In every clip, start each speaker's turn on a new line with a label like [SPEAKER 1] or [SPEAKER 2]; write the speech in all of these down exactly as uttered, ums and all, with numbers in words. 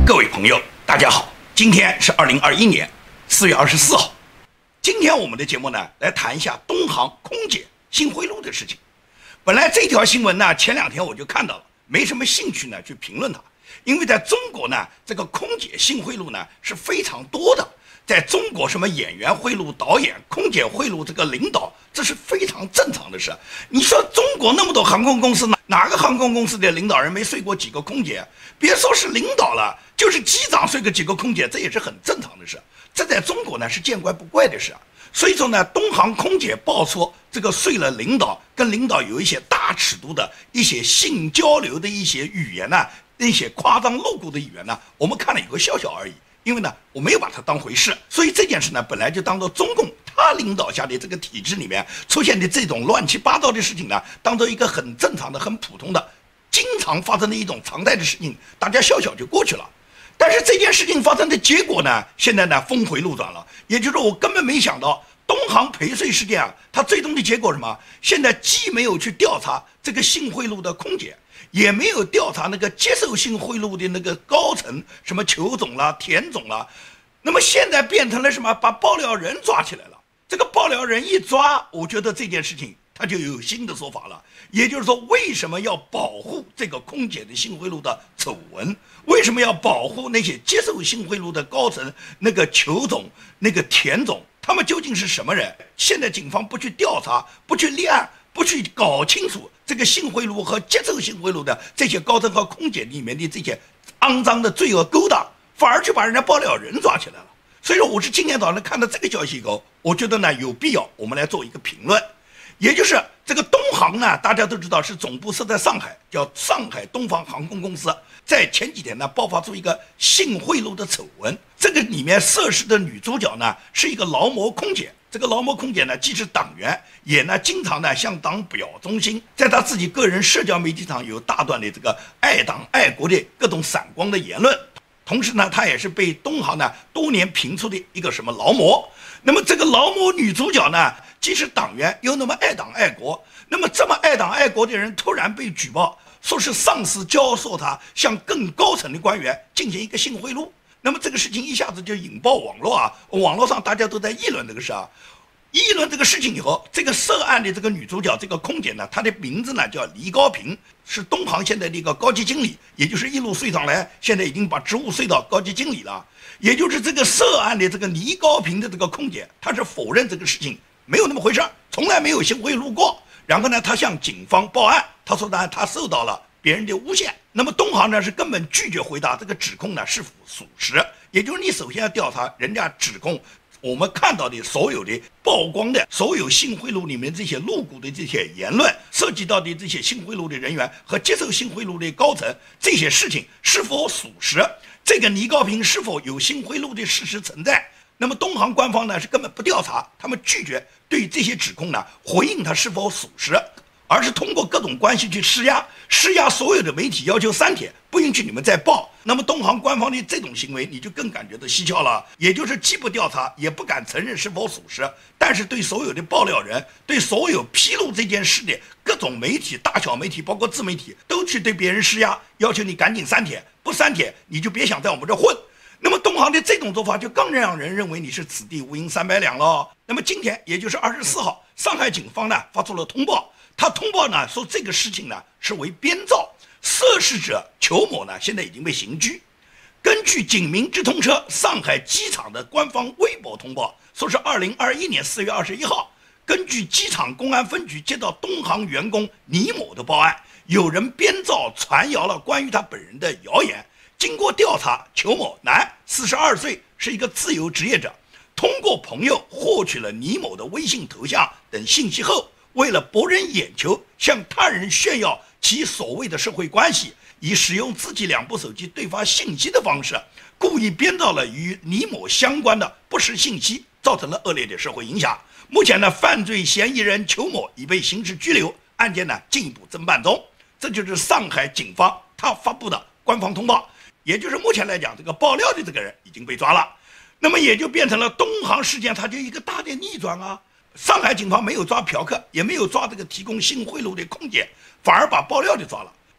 [SPEAKER 1] 各位朋友，大家好，今天是二零二一年四月二十四号。今天我们的节目呢，来谈一下东航空姐性贿赂的事情。本来这条新闻呢，前两天我就看到了，没什么兴趣呢去评论它，因为在中国呢，这个空姐性贿赂呢是非常多的。在中国，什么演员贿赂导演，空姐贿赂这个领导，这是非常正常的事。你说中国那么多航空公司，哪哪个航空公司的领导人没睡过几个空姐？别说是领导了，就是机长睡个几个空姐，这也是很正常的事。这在中国呢是见怪不怪的事。所以说呢，东航空姐爆出这个睡了领导，跟领导有一些大尺度的一些性交流的一些语言呢，那些夸张露骨的语言呢，我们看了有个笑笑而已。因为呢，我没有把它当回事，所以这件事呢，本来就当做中共他领导下的这个体制里面出现的这种乱七八糟的事情呢，当做一个很正常的、很普通的、经常发生的一种常态的事情，大家笑笑就过去了。但是这件事情发生的结果呢，现在呢峰回路转了，也就是说，我根本没想到东航陪睡事件啊，它最终的结果是什么？现在既没有去调查这个性贿赂的空姐，也没有调查那个接受性贿赂的那个高层，什么裘总啦、田总啦，那么现在变成了什么？把爆料人抓起来了。这个爆料人一抓，我觉得这件事情他就有新的说法了。也就是说，为什么要保护这个空姐的性贿赂的丑闻？为什么要保护那些接受性贿赂的高层，那个裘总、那个田总？他们究竟是什么人？现在警方不去调查，不去立案，不去搞清楚这个性贿赂和接受性贿赂的这些高层和空姐里面的这些肮脏的罪恶勾当，反而去把人家爆料人抓起来了。所以说，我是今天早上看到这个消息以后，我觉得呢有必要我们来做一个评论。也就是这个东航呢，大家都知道是总部设在上海，叫上海东方航空公司。在前几天呢，爆发出一个性贿赂的丑闻。这个里面涉事的女主角呢，是一个劳模空姐。这个劳模空姐呢，既是党员，也呢经常呢向党表忠心，在她自己个人社交媒体上有大段的这个爱党爱国的各种闪光的言论。同时呢，她也是被东航呢多年评出的一个什么劳模。那么这个劳模女主角呢，既是党员，又那么爱党爱国。那么这么爱党爱国的人突然被举报，说是上司教唆他向更高层的官员进行一个性贿赂。那么这个事情一下子就引爆网络啊，网络上大家都在议论这个事啊。议论这个事情以后，这个涉案的这个女主角，这个空姐呢，她的名字呢叫黎高平，是东航现在的一个高级经理，也就是一路睡上来，现在已经把职务睡到高级经理了。也就是这个涉案的这个黎高平的这个空姐，她是否认这个事情没有那么回事，从来没有性贿赂过。然后呢，她向警方报案，她说呢，她受到了别人的诬陷。那么东航呢是根本拒绝回答这个指控呢是否属实，也就是你首先要调查人家指控我们看到的所有的曝光的所有性贿赂里面这些露骨的这些言论，涉及到的这些性贿赂的人员和接受性贿赂的高层，这些事情是否属实，这个黎高平是否有性贿赂的事实存在。那么东航官方呢是根本不调查，他们拒绝对这些指控呢回应它是否属实，而是通过各种关系去施压，施压所有的媒体，要求删帖，不允许你们再报。那么东航官方的这种行为，你就更感觉到蹊跷了，也就是既不调查，也不敢承认是否属实，但是对所有的爆料人，对所有披露这件事的各种媒体，大小媒体，包括自媒体，都去对别人施压，要求你赶紧删帖，不删帖你就别想在我们这混。那么东航的这种做法就更让人认为你是此地无银三百两了。那么今天也就是二十四号，上海警方呢发出了通报，他通报呢说这个事情呢是为编造，涉事者裘某呢现在已经被刑拘。根据警民直通车上海机场的官方微博通报，说是二零二一年四月二十一号，根据机场公安分局接到东航员工倪某的报案，有人编造传谣了关于他本人的谣言。经过调查，裘某男，四十二岁，是一个自由职业者，通过朋友获取了倪某的微信头像等信息后，为了博人眼球，向他人炫耀其所谓的社会关系，以使用自己两部手机对发信息的方式，故意编造了与倪某相关的不实信息，造成了恶劣的社会影响。目前呢，犯罪嫌疑人裘某已被刑事拘留，案件呢进一步侦办中。这就是上海警方他发布的官方通报。也就是目前来讲，这个爆料的这个人已经被抓了，那么也就变成了东航事件，它就一个大的逆转啊。上海警方没有抓嫖客，也没有抓这个提供性贿赂的空姐，反而把爆料的抓了。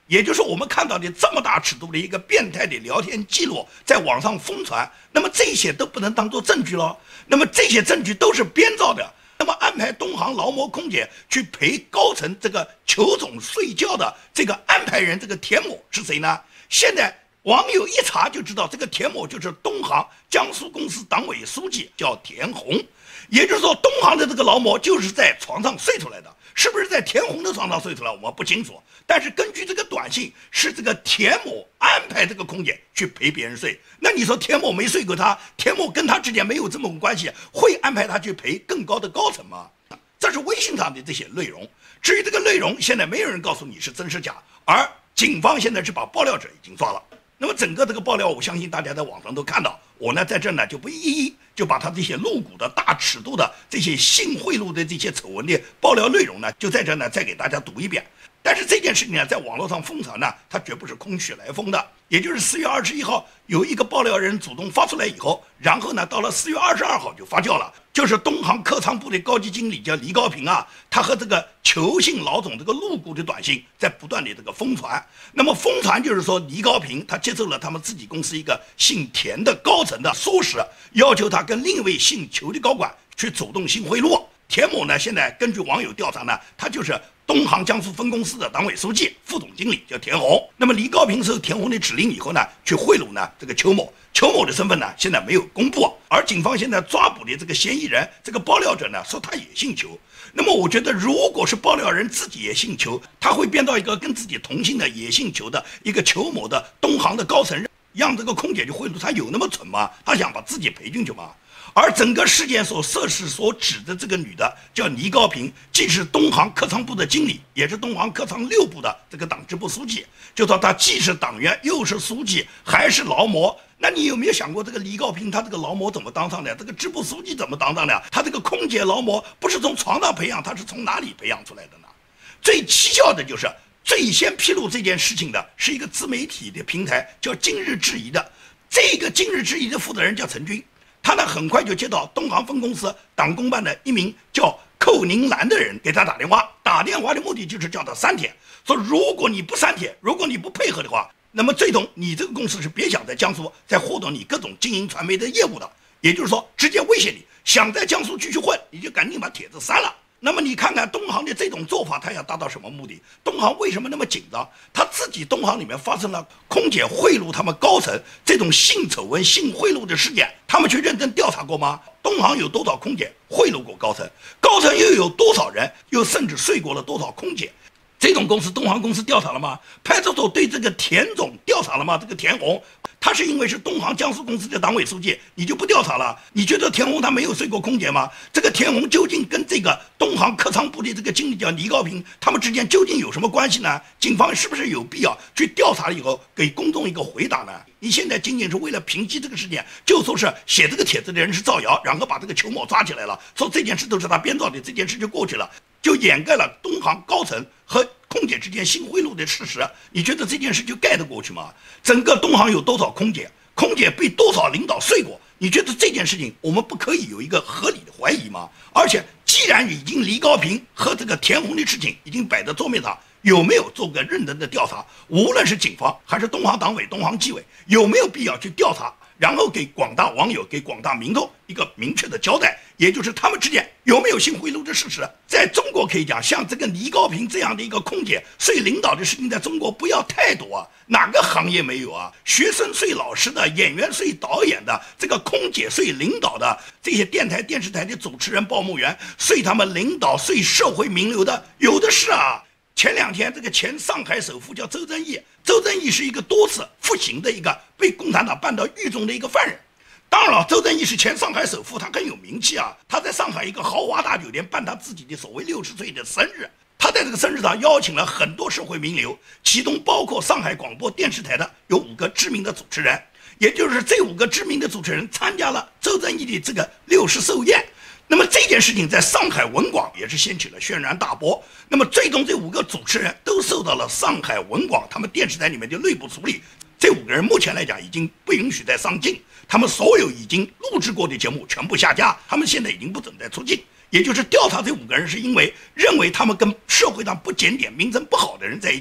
[SPEAKER 1] 也就是我们看到的这么大尺度的一个变态的聊天记录在网上疯传，那么这些都不能当做证据了，那么这些证据都是编造的。那么安排东航劳模空姐去陪高层这个裘总睡觉的这个安排人，这个田某是谁呢？现在网友一查就知道，这个田某就是东航江苏公司党委书记，叫田红。也就是说，东航的这个劳模就是在床上睡出来的，是不是在田红的床上睡出来我们不清楚。但是根据这个短信，是这个田某安排这个空姐去陪别人睡。那你说田某没睡过他，田某跟他之间没有这么关系，会安排他去陪更高的高层吗？这是微信上的这些内容。至于这个内容，现在没有人告诉你是真是假，而警方现在是把爆料者已经抓了。那么整个这个爆料，我相信大家在网上都看到，我呢在这呢就不一一就把他这些露骨的大尺度的这些性贿赂的这些丑闻的爆料内容呢，就在这呢再给大家读一遍。但是这件事情呢，在网络上疯传呢，它绝不是空穴来风的。也就是四月二十一号有一个爆料人主动发出来以后，然后呢，到了四月二十二号就发酵了，就是东航客舱部的高级经理叫黎高平啊，他和这个裘姓老总这个露骨的短信在不断的这个疯传。那么疯传就是说，黎高平他接受了他们自己公司一个姓田的高层的唆使，要求他跟另一位姓裘的高管去主动性贿赂。田某呢，现在根据网友调查呢，他就是东航江苏分公司的党委书记、副总经理，叫田红。那么黎高平受田红的指令以后呢，去贿赂呢这个裘某。裘某的身份呢，现在没有公布。而警方现在抓捕的这个嫌疑人，这个爆料者呢，说他也姓裘。那么我觉得，如果是爆料人自己也姓裘，他会编造一个跟自己同姓的也姓裘的一个裘某的东航的高层，让这个空姐去贿赂他，有那么蠢吗？他想把自己赔进去吗？而整个事件所涉事所指的这个女的叫黎高平，既是东航客舱部的经理，也是东航客舱六部的这个党支部书记。就说她既是党员，又是书记，还是劳模。那你有没有想过，这个黎高平他这个劳模怎么当上的？这个支部书记怎么当上的？他这个空姐劳模不是从床上培养，他是从哪里培养出来的呢？最蹊跷的就是，最先披露这件事情的是一个自媒体的平台，叫今日质疑的。这个今日质疑的负责人叫陈军。他呢很快就接到东航分公司党工办的一名叫寇宁兰的人给他打电话，打电话的目的就是叫他删帖，说如果你不删帖，如果你不配合的话，那么最终你这个公司是别想在江苏再获得你各种经营传媒的业务的，也就是说直接威胁你，想在江苏继续混，你就赶紧把帖子删了。那么你看看东航的这种做法，他要达到什么目的？东航为什么那么紧张？他自己东航里面发生了空姐贿赂他们高层这种性丑闻、性贿赂的事件，他们去认真调查过吗？东航有多少空姐贿赂过高层？高层又有多少人又甚至睡过了多少空姐？这种公司东航公司调查了吗？派出所对这个田总调查了吗？这个田红，他是因为是东航江苏公司的党委书记，你就不调查了？你觉得田红他没有睡过空姐吗？这个田红究竟跟这个东航客舱部的这个经理叫黎高平，他们之间究竟有什么关系呢？警方是不是有必要去调查以后给公众一个回答呢？你现在仅仅是为了平息这个事件，就说是写这个帖子的人是造谣，然后把这个裘某抓起来了，说这件事都是他编造的，这件事就过去了，就掩盖了东航高层和空姐之间性贿赂的事实。你觉得这件事就盖得过去吗？整个东航有多少空姐？空姐被多少领导睡过？你觉得这件事情我们不可以有一个合理的怀疑吗？而且既然已经黎高平和这个田红的事情已经摆在桌面上，有没有做个认真的调查？无论是警方还是东航党委、东航纪委，有没有必要去调查，然后给广大网友、给广大民众一个明确的交代，也就是他们之间有没有性贿赂的事实？在中国可以讲，像这个黎高平这样的一个空姐睡领导的事情，在中国不要太多啊，哪个行业没有啊？学生睡老师的，演员睡导演的，这个空姐睡领导的，这些电台、电视台的主持人、报幕员睡他们领导、睡社会名流的，有的是啊。前两天，这个前上海首富叫周正义，周正义是一个多次服刑的一个被共产党办到狱中的一个犯人。当然了，周正义是前上海首富，他很有名气啊。他在上海一个豪华大酒店办他自己的所谓六十岁的生日，他在这个生日上邀请了很多社会名流，其中包括上海广播电视台的有五个知名的主持人，也就是这五个知名的主持人参加了周正义的这个六十寿宴。那么这件事情在上海文广也是掀起了轩然大波。那么最终这五个主持人都受到了上海文广他们电视台里面的内部处理。这五个人目前来讲已经不允许再上镜，他们所有已经录制过的节目全部下架，他们现在已经不准再出镜。也就是调查这五个人是因为认为他们跟社会上不检点、名声不好的人在一起。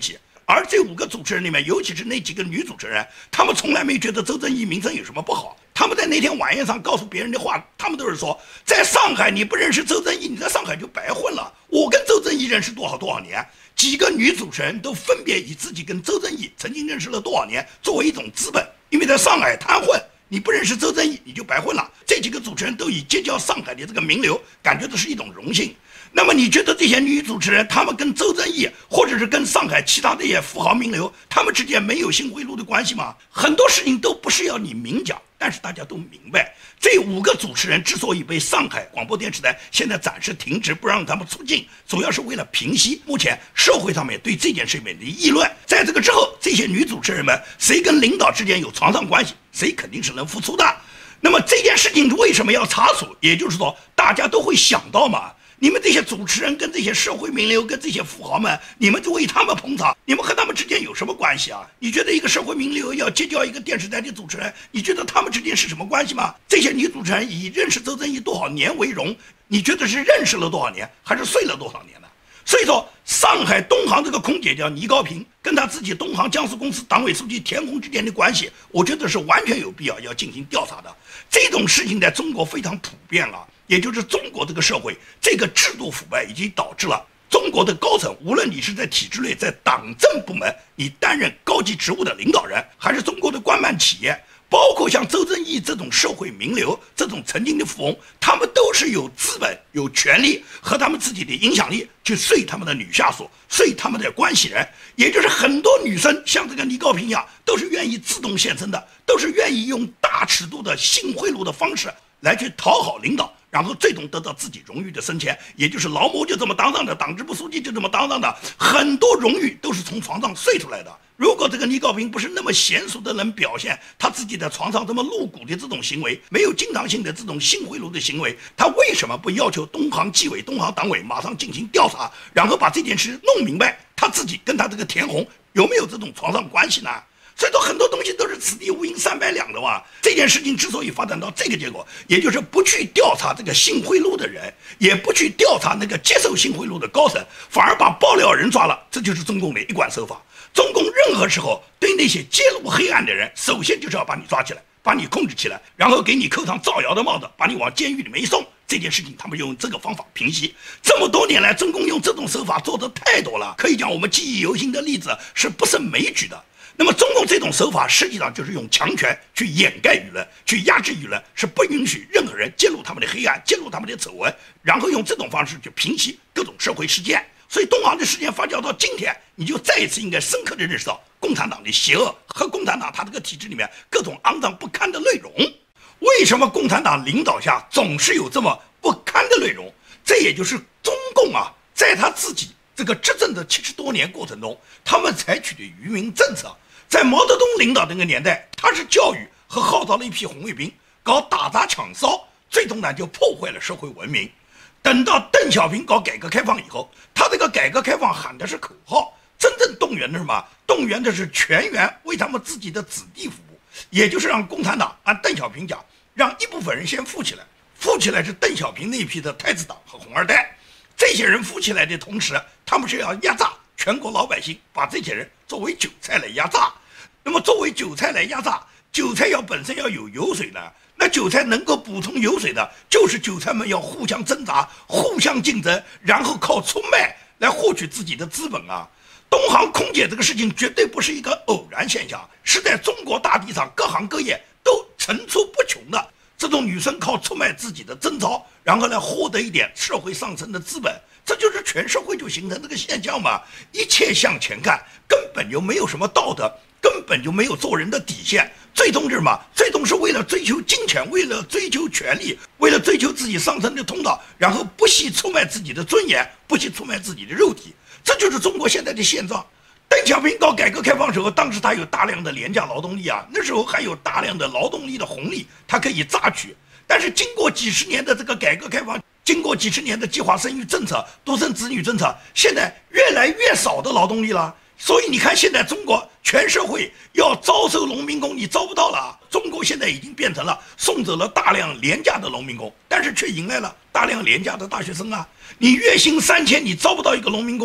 [SPEAKER 1] 而这五个主持人里面，尤其是那几个女主持人，他们从来没觉得周正义名声有什么不好。他们在那天晚宴上告诉别人的话，他们都是说，在上海你不认识周正义，你在上海就白混了。我跟周正义认识多少多少年，几个女主持人都分别以自己跟周正义曾经认识了多少年作为一种资本，因为在上海贪混，你不认识周正义你就白混了。这几个主持人都以结交上海的这个名流，感觉到是一种荣幸。那么你觉得这些女主持人，她们跟周正义或者是跟上海其他的一些富豪名流，他们之间没有性贿赂的关系吗？很多事情都不是要你明讲，但是大家都明白，这五个主持人之所以被上海广播电视台现在暂时停职，不让他们出境，主要是为了平息目前社会上面对这件事情的议论。在这个之后，这些女主持人们谁跟领导之间有床上关系，谁肯定是能复出的。那么这件事情为什么要查处？也就是说，大家都会想到嘛。你们这些主持人跟这些社会名流跟这些富豪们，你们就为他们捧场，你们和他们之间有什么关系啊？你觉得一个社会名流要结交一个电视台的主持人，你觉得他们之间是什么关系吗？这些女主持人以认识周正义多少年为荣，你觉得是认识了多少年，还是睡了多少年呢？所以说，上海东航这个空姐叫倪高平，跟她自己东航江苏公司党委书记田红之间的关系，我觉得是完全有必要要进行调查的。这种事情在中国非常普遍了。也就是中国这个社会，这个制度腐败已经导致了中国的高层，无论你是在体制内，在党政部门，你担任高级职务的领导人，还是中国的官办企业，包括像周正义这种社会名流，这种曾经的富翁，他们都是有资本、有权利和他们自己的影响力去睡他们的女下属，睡他们的关系人。也就是很多女生像这个倪高平一样，都是愿意自动献身的，都是愿意用大尺度的性贿赂的方式来去讨好领导，然后最终得到自己荣誉的升迁。也就是劳模就这么当上的，党支部书记就这么当上的，很多荣誉都是从床上睡出来的。如果这个倪高平不是那么娴熟的能表现他自己在床上这么露骨的这种行为，没有经常性的这种性贿赂的行为，他为什么不要求东航纪委、东航党委马上进行调查，然后把这件事弄明白，他自己跟他这个田红有没有这种床上关系呢？所以说很多东西都是此地无银三百两的嘛。这件事情之所以发展到这个结果，也就是不去调查这个性贿赂的人，也不去调查那个接受性贿赂的高层，反而把爆料人抓了，这就是中共的一贯手法。中共任何时候对那些揭露黑暗的人，首先就是要把你抓起来，把你控制起来，然后给你扣上造谣的帽子，把你往监狱里面一送。这件事情他们用这个方法平息。这么多年来，中共用这种手法做的太多了，可以讲我们记忆犹新的例子是不胜枚举的。那么中共这种手法实际上就是用强权去掩盖舆论，去压制舆论，是不允许任何人揭露他们的黑暗，揭露他们的丑闻，然后用这种方式去平息各种社会事件。所以东航的事件发酵到今天，你就再一次应该深刻地认识到共产党的邪恶和共产党他这个体制里面各种肮脏不堪的内容。为什么共产党领导下总是有这么不堪的内容？这也就是中共啊，在他自己这个执政的七十多年过程中，他们采取的愚民政策。在毛泽东领导那个年代，他是教育和号召了一批红卫兵，搞打砸抢烧，最终呢就破坏了社会文明。等到邓小平搞改革开放以后，他这个改革开放喊的是口号，真正动员的是什么？动员的是全员为他们自己的子弟服务，也就是让共产党按邓小平讲，让一部分人先富起来，富起来是邓小平那一批的太子党和红二代。这些人富起来的同时，他们是要压榨全国老百姓，把这些人作为韭菜来压榨。那么作为韭菜来压榨，韭菜要本身要有油水的，那韭菜能够补充油水的，就是韭菜们要互相挣扎、互相竞争，然后靠出卖来获取自己的资本啊。东航空姐这个事情绝对不是一个偶然现象，是在中国大地上各行各业都层出不穷的。这种女生靠出卖自己的贞操，然后来获得一点社会上层的资本，这就是全社会就形成这个现象嘛。一切向前看，根本就没有什么道德，根本就没有做人的底线。最终是什么？最终是为了追求金钱，为了追求权力，为了追求自己上层的通道，然后不惜出卖自己的尊严，不惜出卖自己的肉体。这就是中国现在的现状。邓小平搞改革开放时候，当时他有大量的廉价劳动力啊，那时候还有大量的劳动力的红利，他可以榨取。但是经过几十年的这个改革开放，经过几十年的计划生育政策、独生子女政策，现在越来越少的劳动力了。所以你看，现在中国全社会要招收农民工，你招不到了。中国现在已经变成了送走了大量廉价的农民工，但是却迎来了大量廉价的大学生啊。你月薪三千，你招不到一个农民工啊。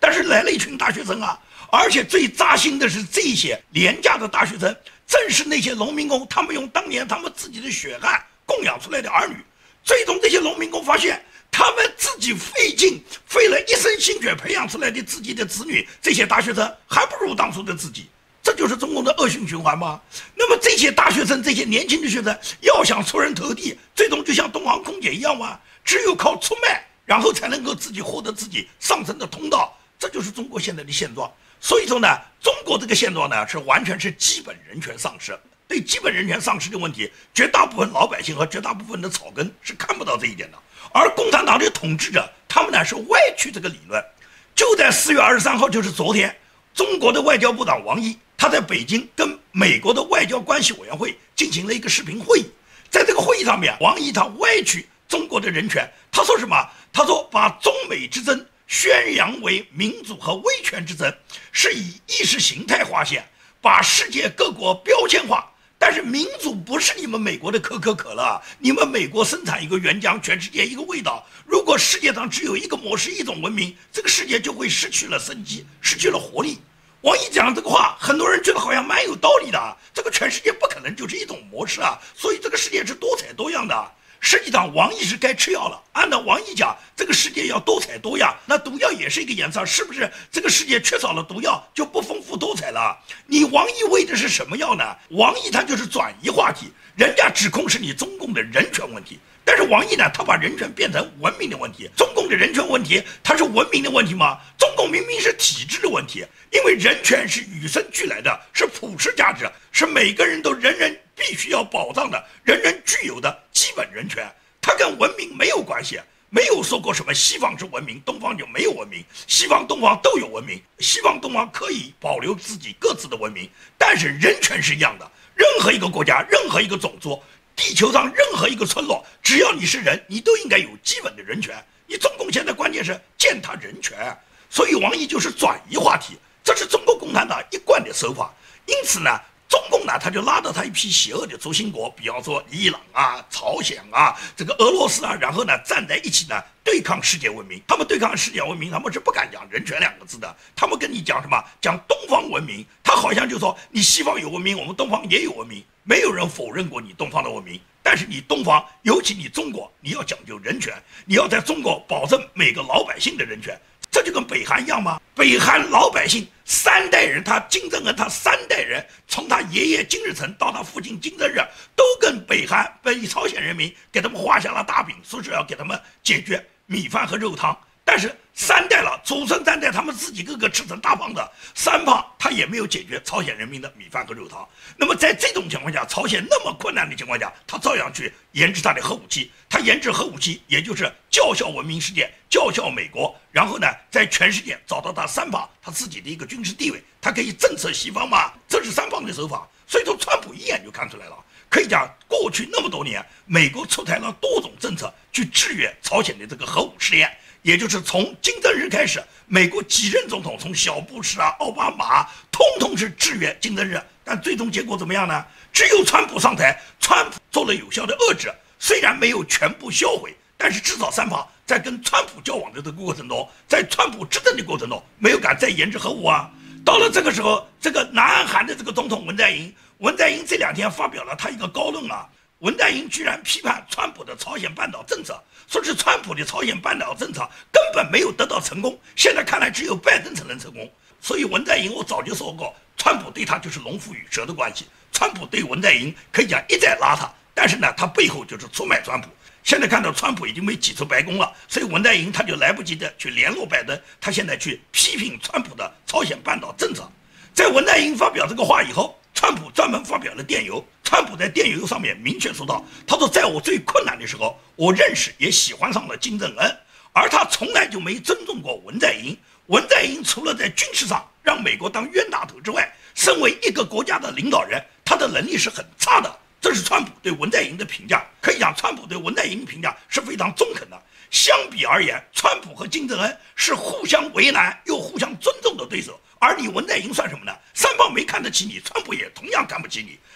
[SPEAKER 1] 但是来了一群大学生啊，而且最扎心的是，这些廉价的大学生正是那些农民工，他们用当年他们自己的血汗供养出来的儿女。最终这些农民工发现，他们自己费劲费了一生心血培养出来的自己的子女，这些大学生还不如当初的自己。这就是中共的恶性循环吗？那么这些大学生，这些年轻的学生要想出人头地，最终就像东航空姐一样吗？只有靠出卖，然后才能够自己获得自己上升的通道。这就是中国现在的现状。所以说呢，中国这个现状呢，是完全是基本人权丧失。对基本人权丧失的问题，绝大部分老百姓和绝大部分的草根是看不到这一点的。而共产党的统治者，他们呢是歪曲这个理论。就在四月二十三号，就是昨天，中国的外交部长王毅，他在北京跟美国的外交关系委员会进行了一个视频会议。在这个会议上面，王毅他歪曲中国的人权，他说什么？他说把中美之争宣扬为民主和威权之争，是以意识形态划线，把世界各国标签化。但是民主不是你们美国的可口可乐，你们美国生产一个原浆，全世界一个味道。如果世界上只有一个模式，一种文明，这个世界就会失去了生机，失去了活力。王毅讲这个话，很多人觉得好像蛮有道理的。这个全世界不可能就是一种模式啊，所以这个世界是多彩多样的。实际上，王毅是该吃药了。按照王毅讲，这个世界要多彩多样，那毒药也是一个颜色，是不是？这个世界缺少了毒药，就不丰富多彩了。你王毅喂的是什么药呢？王毅他就是转移话题，人家指控是你中共的人权问题，但是王毅呢，他把人权变成文明的问题。中共的人权问题，它是文明的问题吗？中共明明是体制的问题，因为人权是与生俱来的，是普世价值，是每个人都人人必须要保障的，人人具有的基本人权。它跟文明没有关系，没有说过什么西方是文明，东方就没有文明。西方东方都有文明，西方东方可以保留自己各自的文明，但是人权是一样的。任何一个国家，任何一个种族，地球上任何一个村落，只要你是人，你都应该有基本的人权。你中共现在关键是践踏人权，所以王毅就是转移话题，这是中国共产党一贯的手法。因此呢，中共呢，他就拉到他一批邪恶的轴心国，比方说伊朗啊、朝鲜啊、这个俄罗斯啊，然后呢站在一起呢对抗世界文明。他们对抗世界文明，他们是不敢讲人权两个字的，他们跟你讲什么？讲东方文明。他好像就说你西方有文明，我们东方也有文明，没有人否认过你东方的文明。但是你东方，尤其你中国，你要讲究人权，你要在中国保证每个老百姓的人权。这就跟北韩一样吗？北韩老百姓三代人，他金正恩他三代人，从他爷爷金日成到他父亲金正日，都跟北韩北朝鲜人民给他们画下了大饼，说是要给他们解决米饭和肉汤。但是三代了，祖孙三代他们自己个个吃成大胖子，三胖他也没有解决朝鲜人民的米饭和肉汤。那么在这种情况下，朝鲜那么困难的情况下，他照样去研制他的核武器。他研制核武器，也就是叫嚣文明世界，叫嚣美国，然后呢，在全世界找到他三胖他自己的一个军事地位，他可以震慑西方嘛？这是三胖的手法。所以说，川普一眼就看出来了。可以讲，过去那么多年，美国出台了多种政策去制约朝鲜的这个核武试验。也就是从金正日开始，美国几任总统，从小布什啊、奥巴马，通通是制约金正日，但最终结果怎么样呢？只有川普上台，川普做了有效的遏制，虽然没有全部销毁，但是至少三胖在跟川普交往的这个过程中，在川普执政的过程中，没有敢再研制核武啊。到了这个时候，这个南韩的这个总统文在寅，文在寅这两天发表了他一个高论啊。文在寅居然批判川普的朝鲜半岛政策，说是川普的朝鲜半岛政策根本没有得到成功，现在看来只有拜登才能成功。所以文在寅我早就说过，川普对他就是龙虎与蛇的关系。川普对文在寅可以讲一再拉他，但是呢，他背后就是出卖川普。现在看到川普已经被挤出白宫了，所以文在寅他就来不及的去联络拜登，他现在去批评川普的朝鲜半岛政策。在文在寅发表这个话以后，川普专门发表了电邮。川普在电邮上面明确说道，他说在我最困难的时候，我认识也喜欢上了金正恩，而他从来就没尊重过文在寅。文在寅除了在军事上让美国当冤大头之外，身为一个国家的领导人，他的能力是很差的。这是川普对文在寅的评价。可以讲，川普对文在寅的评价是非常中肯的。相比而言，川普和金正恩是互相为难又互相尊重的对手，而你文在寅算什么呢？三胖没看得起你，川普也同样看不起你。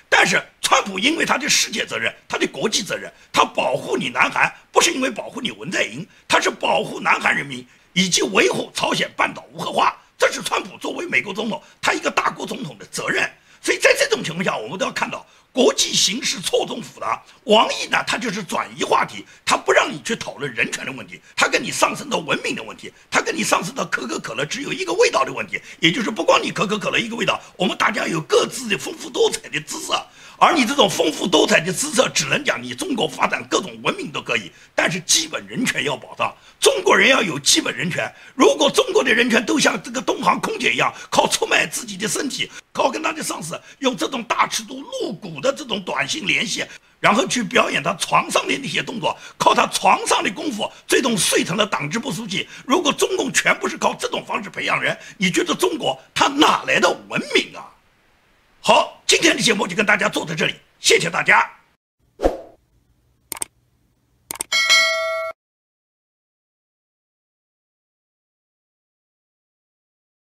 [SPEAKER 1] 但是川普因为他的世界责任，他的国际责任，他保护你南韩，不是因为保护你文在寅，他是保护南韩人民以及维护朝鲜半岛无核化，这是川普作为美国总统他一个大国总统的责任。所以在这种情况下，我们都要看到国际形势错综复杂。王毅呢，他就是转移话题，他不让你去讨论人权的问题，他跟你上升到文明的问题，他跟你上升到可口可乐只有一个味道的问题，也就是不光你可口可乐一个味道，我们大家有各自的丰富多彩的姿色。而你这种丰富多彩的姿色，只能讲你中国发展各种文明都可以，但是基本人权要保障，中国人要有基本人权。如果中国的人权都像这个东航空姐一样，靠出卖自己的身体，靠跟他的上司用这种大尺度露骨的这种短信联系，然后去表演他床上的那些动作，靠他床上的功夫最终睡成了党支部书记。如果中共全部是靠这种方式培养人，你觉得中国他哪来的文明啊？好，今天的节目就跟大家做到这里，谢谢大家。